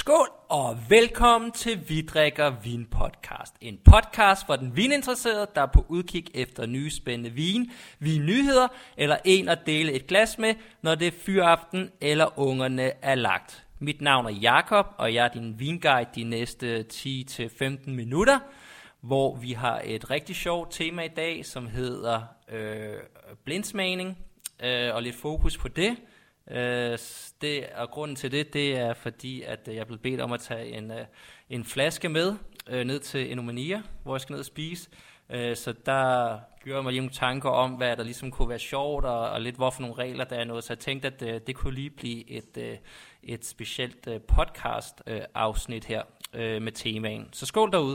Skål og velkommen til Vi drikker Vin podcast. En podcast for den vininteresserede, der er på udkig efter nye spændende vinnyheder eller en at dele et glas med, når det er fyraften eller ungerne er lagt. Mit navn er Jakob, og jeg er din vinguide de næste 10-15 minutter, hvor vi har et rigtig sjovt tema i dag, som hedder blindsmagning og lidt fokus på det. Og grunden til det er fordi, at jeg er blevet bedt om at tage en flaske med ned til Enomania, hvor jeg skal ned og spise. Så der gjorde jeg mig lige nogle tanker om, hvad der ligesom kunne være sjovt, og lidt hvorfor nogle regler der er noget. Så jeg tænkte, at det kunne lige blive et specielt podcast afsnit her med temaen. Så skål derude.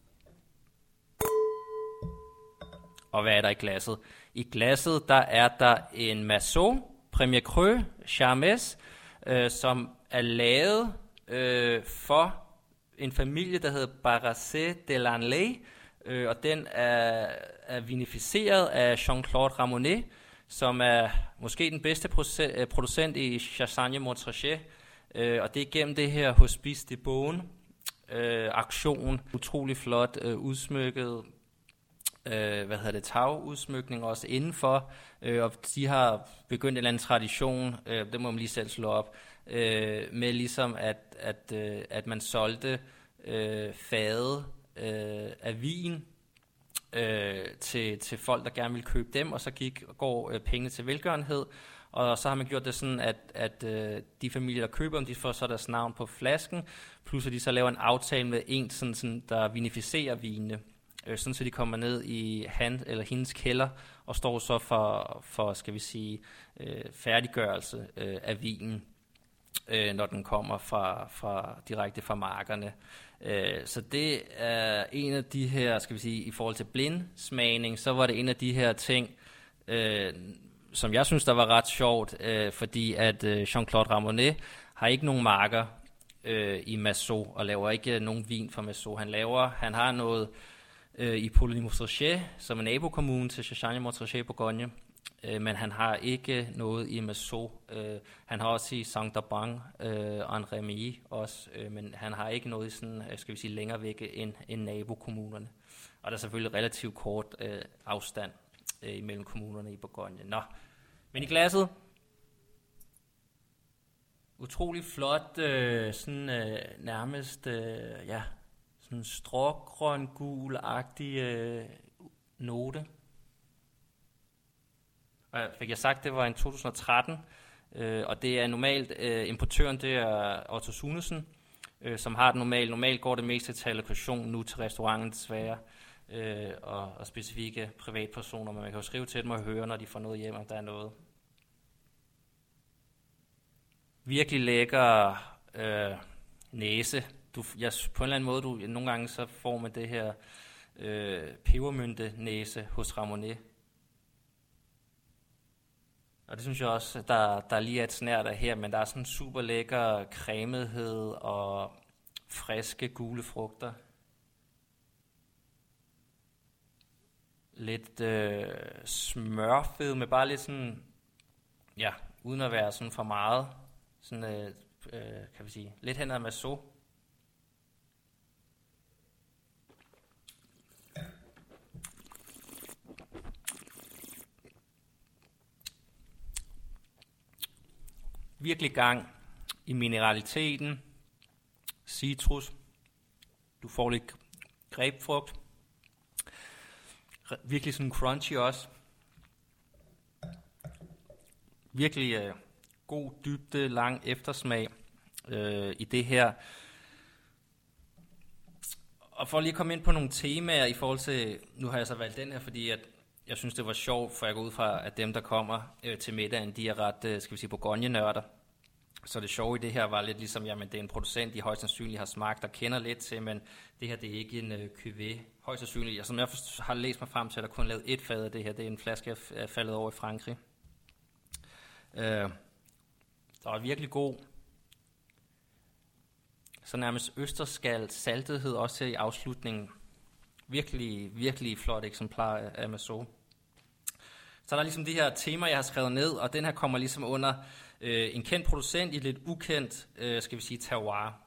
Og hvad er der i glasset? I glasset der er der en Massot Premier Cru Charmes, som er lavet for en familie, der hedder Barraset de Lanley, og den er vinificeret af Jean-Claude Ramonet, som er måske den bedste producent i Chassagne-Montrachet, og det er gennem det her Hospice de Beaune aktion, utrolig flot udsmykket tagudsmykning også indenfor, og de har begyndt en eller anden tradition, det må man lige selv slå op, med ligesom at man solgte fade af vin til folk, der gerne ville købe dem, og så går pengene til velgørenhed, og så har man gjort det sådan, at de familier, der køber dem, de får så deres navn på flasken, plus at de så laver en aftale med en, sådan, der vinificerer vinene, sådan så de kommer ned i han eller hendes kælder og står så for skal vi sige, færdiggørelse af vinen, når den kommer direkte fra markerne. Så det er en af de her, skal vi sige, i forhold til blindsmagning, så var det en af de her ting, som jeg synes, der var ret sjovt, fordi at Jean-Claude Ramonet har ikke nogen marker i Massot, og laver ikke nogen vin fra Massot. Han har noget i Poligny-Montrachet, som er nabokommune til Chassagne-Montrachet-Bourgogne, men han har ikke noget i Massot. Han har også i Saint-Auban og en Remy også, men han har ikke noget i sådan, skal vi sige, længere væk end nabokommunerne. Og der er selvfølgelig relativt kort afstand imellem kommunerne i Bourgogne. Nå, men i glasset, utrolig flot, sådan nærmest, sådan en strågrøn gul-agtig note. Og fik jeg sagt, det var en 2013, og det er normalt, importøren det er Otto Sunesen, som har det normalt går det meste til allokation nu til restauranten desværre, og specifikke privatpersoner, men man kan jo skrive til dem og høre, når de får noget hjem, om der er noget. Virkelig lækker næse. På en eller anden måde, nogle gange så får man det her pebermynte næse hos Ramonet. Og det synes jeg også, der lige er et snært af her, men der er sådan en super lækker cremethed og friske gule frugter. Lidt smørfed, med bare lidt sådan, uden at være sådan for meget, sådan, kan vi sige, lidt hen ad Massot. Virkelig gang i mineraliteten, citrus, du får lidt grapefrugt, virkelig sådan crunchy også, virkelig god dybde, lang eftersmag i det her. Og for lige at komme ind på nogle temaer i forhold til, nu har jeg så valgt den her, fordi at jeg synes, det var sjovt, for jeg går ud fra, at dem, der kommer til middagen, de er ret, skal vi sige, Bourgogne-nørder. Så det sjove i det her var lidt ligesom, jamen det er en producent, de højst sandsynligt har smagt og kender lidt til, men det her, det er ikke en cuvée. Højst sandsynligt, og som jeg har læst mig frem til, at der kun lavet et fad af det her. Det er en flaske, jeg er faldet over i Frankrig. Der var virkelig god. Så nærmest østerskal saltethed også i afslutningen. Virkelig, virkelig flot eksemplar af Massot. Så er der ligesom de her temaer, jeg har skrevet ned, og den her kommer ligesom under en kendt producent i lidt ukendt, skal vi sige, terroir.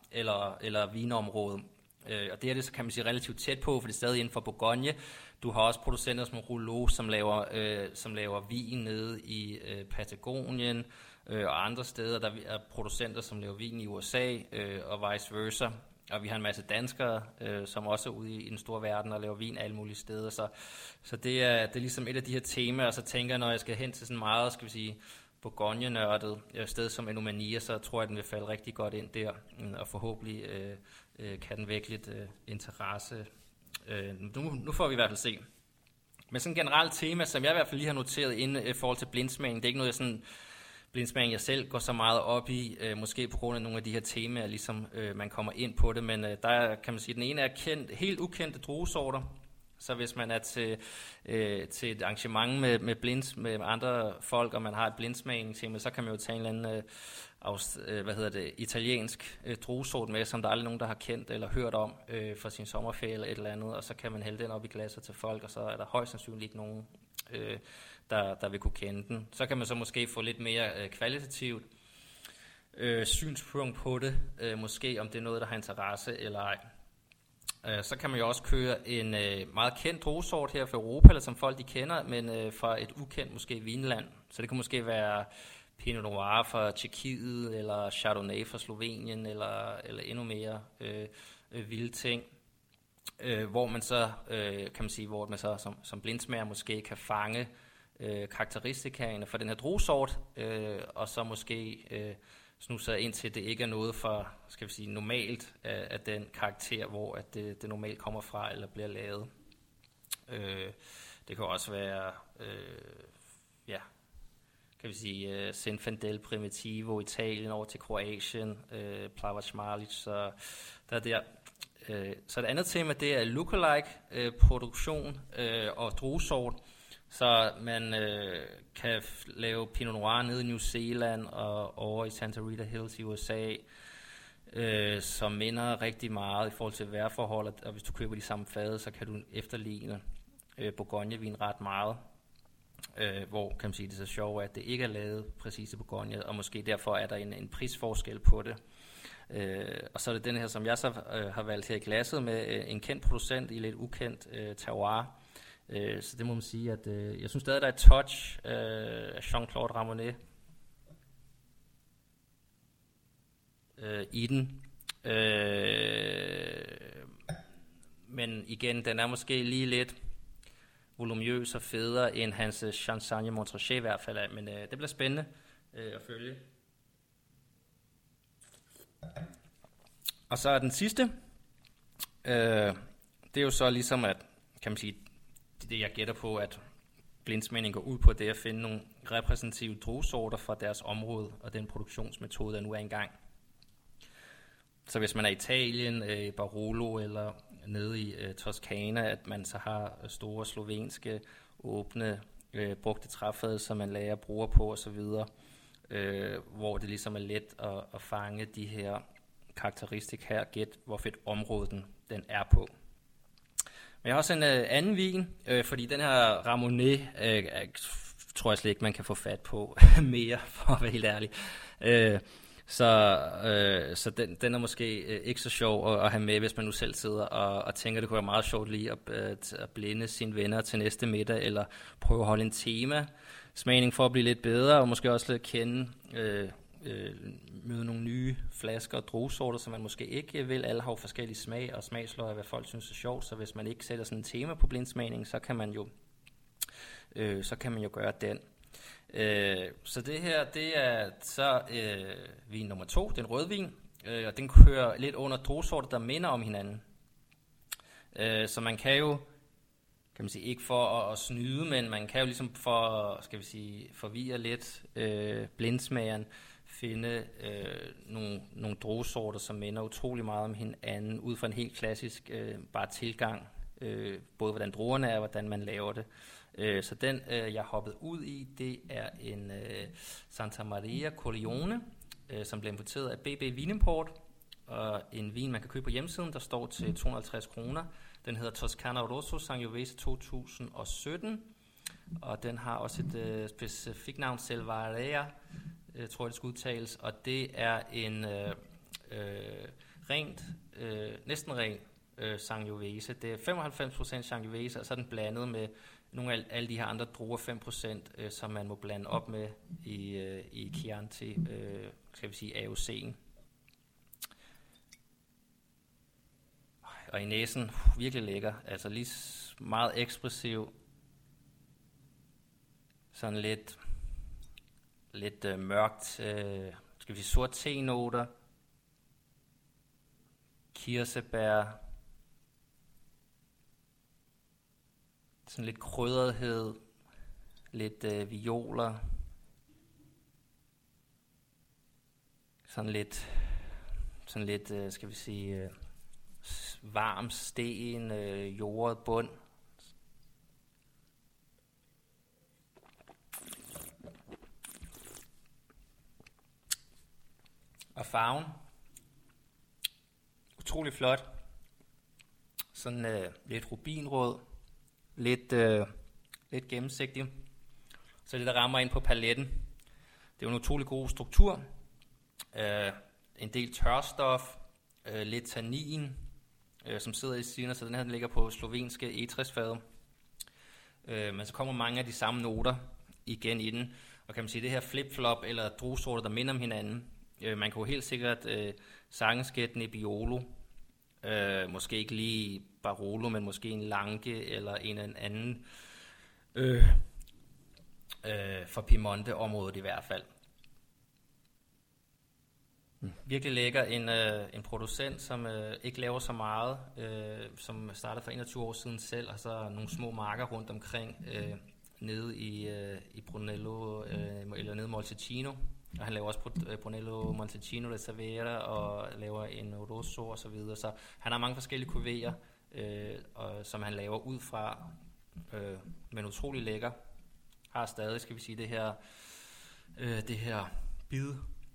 eller vinområde. Og det er det, så kan man sige, relativt tæt på, for det er stadig inden for Bourgogne. Du har også producenter som Rouleau, som laver vin nede i Patagonien, og andre steder. Der er producenter, som laver vin i USA, og vice versa. Og vi har en masse danskere, som også er ude i den store verden og laver vin alle mulige steder. Så det er ligesom et af de her temaer, og så tænker jeg, når jeg skal hen til sådan meget, skal vi sige, Bourgogne-nørdet sted som Enomania, så tror jeg, den vil falde rigtig godt ind der, og forhåbentlig kan den vække lidt interesse. Nu får vi i hvert fald se. Men sådan et generelt tema, som jeg i hvert fald lige har noteret i forhold til blindsmagning, det er ikke noget, blindsmagning jeg selv går så meget op i, måske på grund af nogle af de her temaer, ligesom man kommer ind på det, men der kan man sige, at den ene er helt ukendte druesorter. Så hvis man er til et arrangement med andre folk, og man har et blindsmagningstema, så kan man jo tage en eller anden italiensk druesort med, som der aldrig nogen, der har kendt eller hørt om fra sin sommerferie eller et eller andet, og så kan man hælde den op i glasser til folk, og så er der højst sandsynligt ikke nogen, der vil kunne kende den. Så kan man så måske få lidt mere kvalitativt synspunkt på det, måske om det er noget, der har interesse eller ej. Så kan man jo også køre en meget kendt druesort her for Europa, eller som folk de kender, men fra et ukendt måske vinland. Så det kan måske være Pinot Noir fra Tjekkiet, eller Chardonnay fra Slovenien, eller endnu mere vilde ting. Hvor man så, kan man sige, hvor man så som blindsmager måske kan fange karakteristikaerne for den her druesort, og så måske snuser ind til, det ikke er noget for, skal vi sige, normalt af den karakter, hvor at det normalt kommer fra eller bliver lavet. Det kan også være, kan vi sige, Zinfandel Primitivo, Italien over til Kroatien, Plavac Malic, så der er der. Så det andet tema, det er lookalike produktion og druesort. Så man kan lave Pinot Noir nede i New Zealand og over i Santa Rita Hills i USA, som minder rigtig meget i forhold til vejrforhold, og hvis du køber de samme fade, så kan du efterligne Bourgogne-vin ret meget. Hvor kan man sige, det er så sjovt, at det ikke er lavet præcis i Bourgogne, og måske derfor er der en prisforskel på det. Og så er det den her, som jeg så har valgt her i glasset med en kendt producent i lidt ukendt terroir. Så det må man sige, at jeg synes stadig, der er et touch af Jean-Claude Ramonet i den. Men igen, den er måske lige lidt voluminøs og federe end hans Champagne Montrachet i hvert fald. Men det bliver spændende at følge. Og så er den sidste. Det er jo så ligesom, at kan man sige, det jeg gætter på, at blindsmagning går ud på, det at finde nogle repræsentative druesorter fra deres område og den produktionsmetode, der nu er engang. Så hvis man er i Italien, Barolo eller nede i Toskana, at man så har store slovenske åbne brugte træfade, som man lærer bruger på osv., hvor det ligesom er let at fange de her karakteristik her, gæt hvor fedt område den er på. Men jeg har også en anden vin, fordi den her Ramonet tror jeg slet ikke, man kan få fat på mere, for at være helt ærlig. Så den er måske ikke så sjov at have med, hvis man nu selv sidder og tænker, det kunne være meget sjovt lige at blinde sine venner til næste middag, eller prøve at holde en tema-smagning for at blive lidt bedre, og måske også lidt kende, møde nogle nye flasker og druesorter, som man måske ikke vil. Alle har jo forskellige smag og smagsløg af, hvad folk synes er sjovt, så hvis man ikke sætter sådan en tema på blindsmagning, så kan man jo gøre den. Så det her, det er så vin nummer 2, den rødvin, og den kører lidt under druesorter, der minder om hinanden. Så man kan jo, kan man sige, ikke for at snyde, men man kan jo ligesom for, skal vi sige, forvirre lidt blindsmageren, finde nogle druesorter, som minder utrolig meget om hinanden, ud fra en helt klassisk bare tilgang, både hvordan druerne er, og hvordan man laver det. Så den, jeg hoppede ud i, det er en Santa Maria Corleone, som blev importeret af BB Vinimport, og en vin, man kan købe på hjemmesiden, der står til 250 kroner. Den hedder Toscana Rosso Sangiovese 2017, og den har også et specifikt navn, Selvarea, tror jeg det skal udtales, og det er en næsten rent Sangiovese. Det er 95% Sangiovese, og så er den blandet med nogle af alle de her andre druer, 5%, som man må blande op med i Chianti, skal vi sige AOC'en. Og i næsen, virkelig lækker, altså lige meget ekspressiv, sådan lidt mørkt, skal vi sige sort te-noter, kirsebær, sådan lidt krydrethed, lidt violer, sådan lidt, skal vi sige, varm sten, jordet bund. Og farven, utrolig flot, sådan lidt rubinrød, lidt gennemsigtig, så det der rammer ind på paletten. Det er jo en utrolig god struktur, en del tørstof, lidt tannin, som sidder i siden, så den her den ligger på slovenske E60-fade. Men så kommer mange af de samme noter igen i den, og kan man sige, det her flip-flop eller druesorter, der minder om hinanden. Man kan jo helt sikkert sagtens gætte Nebbiolo, måske ikke lige Barolo, men måske en Lange eller en anden for Piemonte-området i hvert fald. Virkelig lækker en producent, som ikke laver så meget, som startede for 21 år siden selv, og så nogle små marker rundt omkring nede i Brunello eller nede i Montalcino. Og han laver også Brunello Montalcino de Cervera og laver en Rosso og så videre. Så han har mange forskellige kuvéer, som han laver ud fra, men utrolig lækker. Har stadig, skal vi sige, det her bid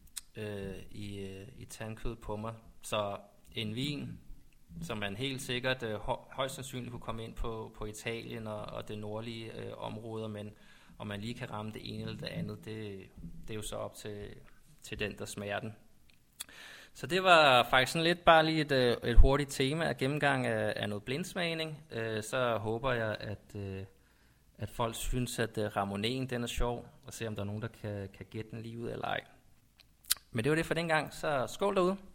i tandkød på mig. Så en vin, som man helt sikkert højst sandsynligt kunne komme ind på Italien og det nordlige områder, men om man lige kan ramme det ene eller det andet, det er jo så op til den, der smager den. Så det var faktisk sådan lidt bare lige et hurtigt tema af gennemgang af noget blindsmagning. Så håber jeg, at folk synes, at Ramonéen den er sjov, og se om der er nogen, der kan gætte den lige ud eller ej. Men det var det for den gang, så skål derude.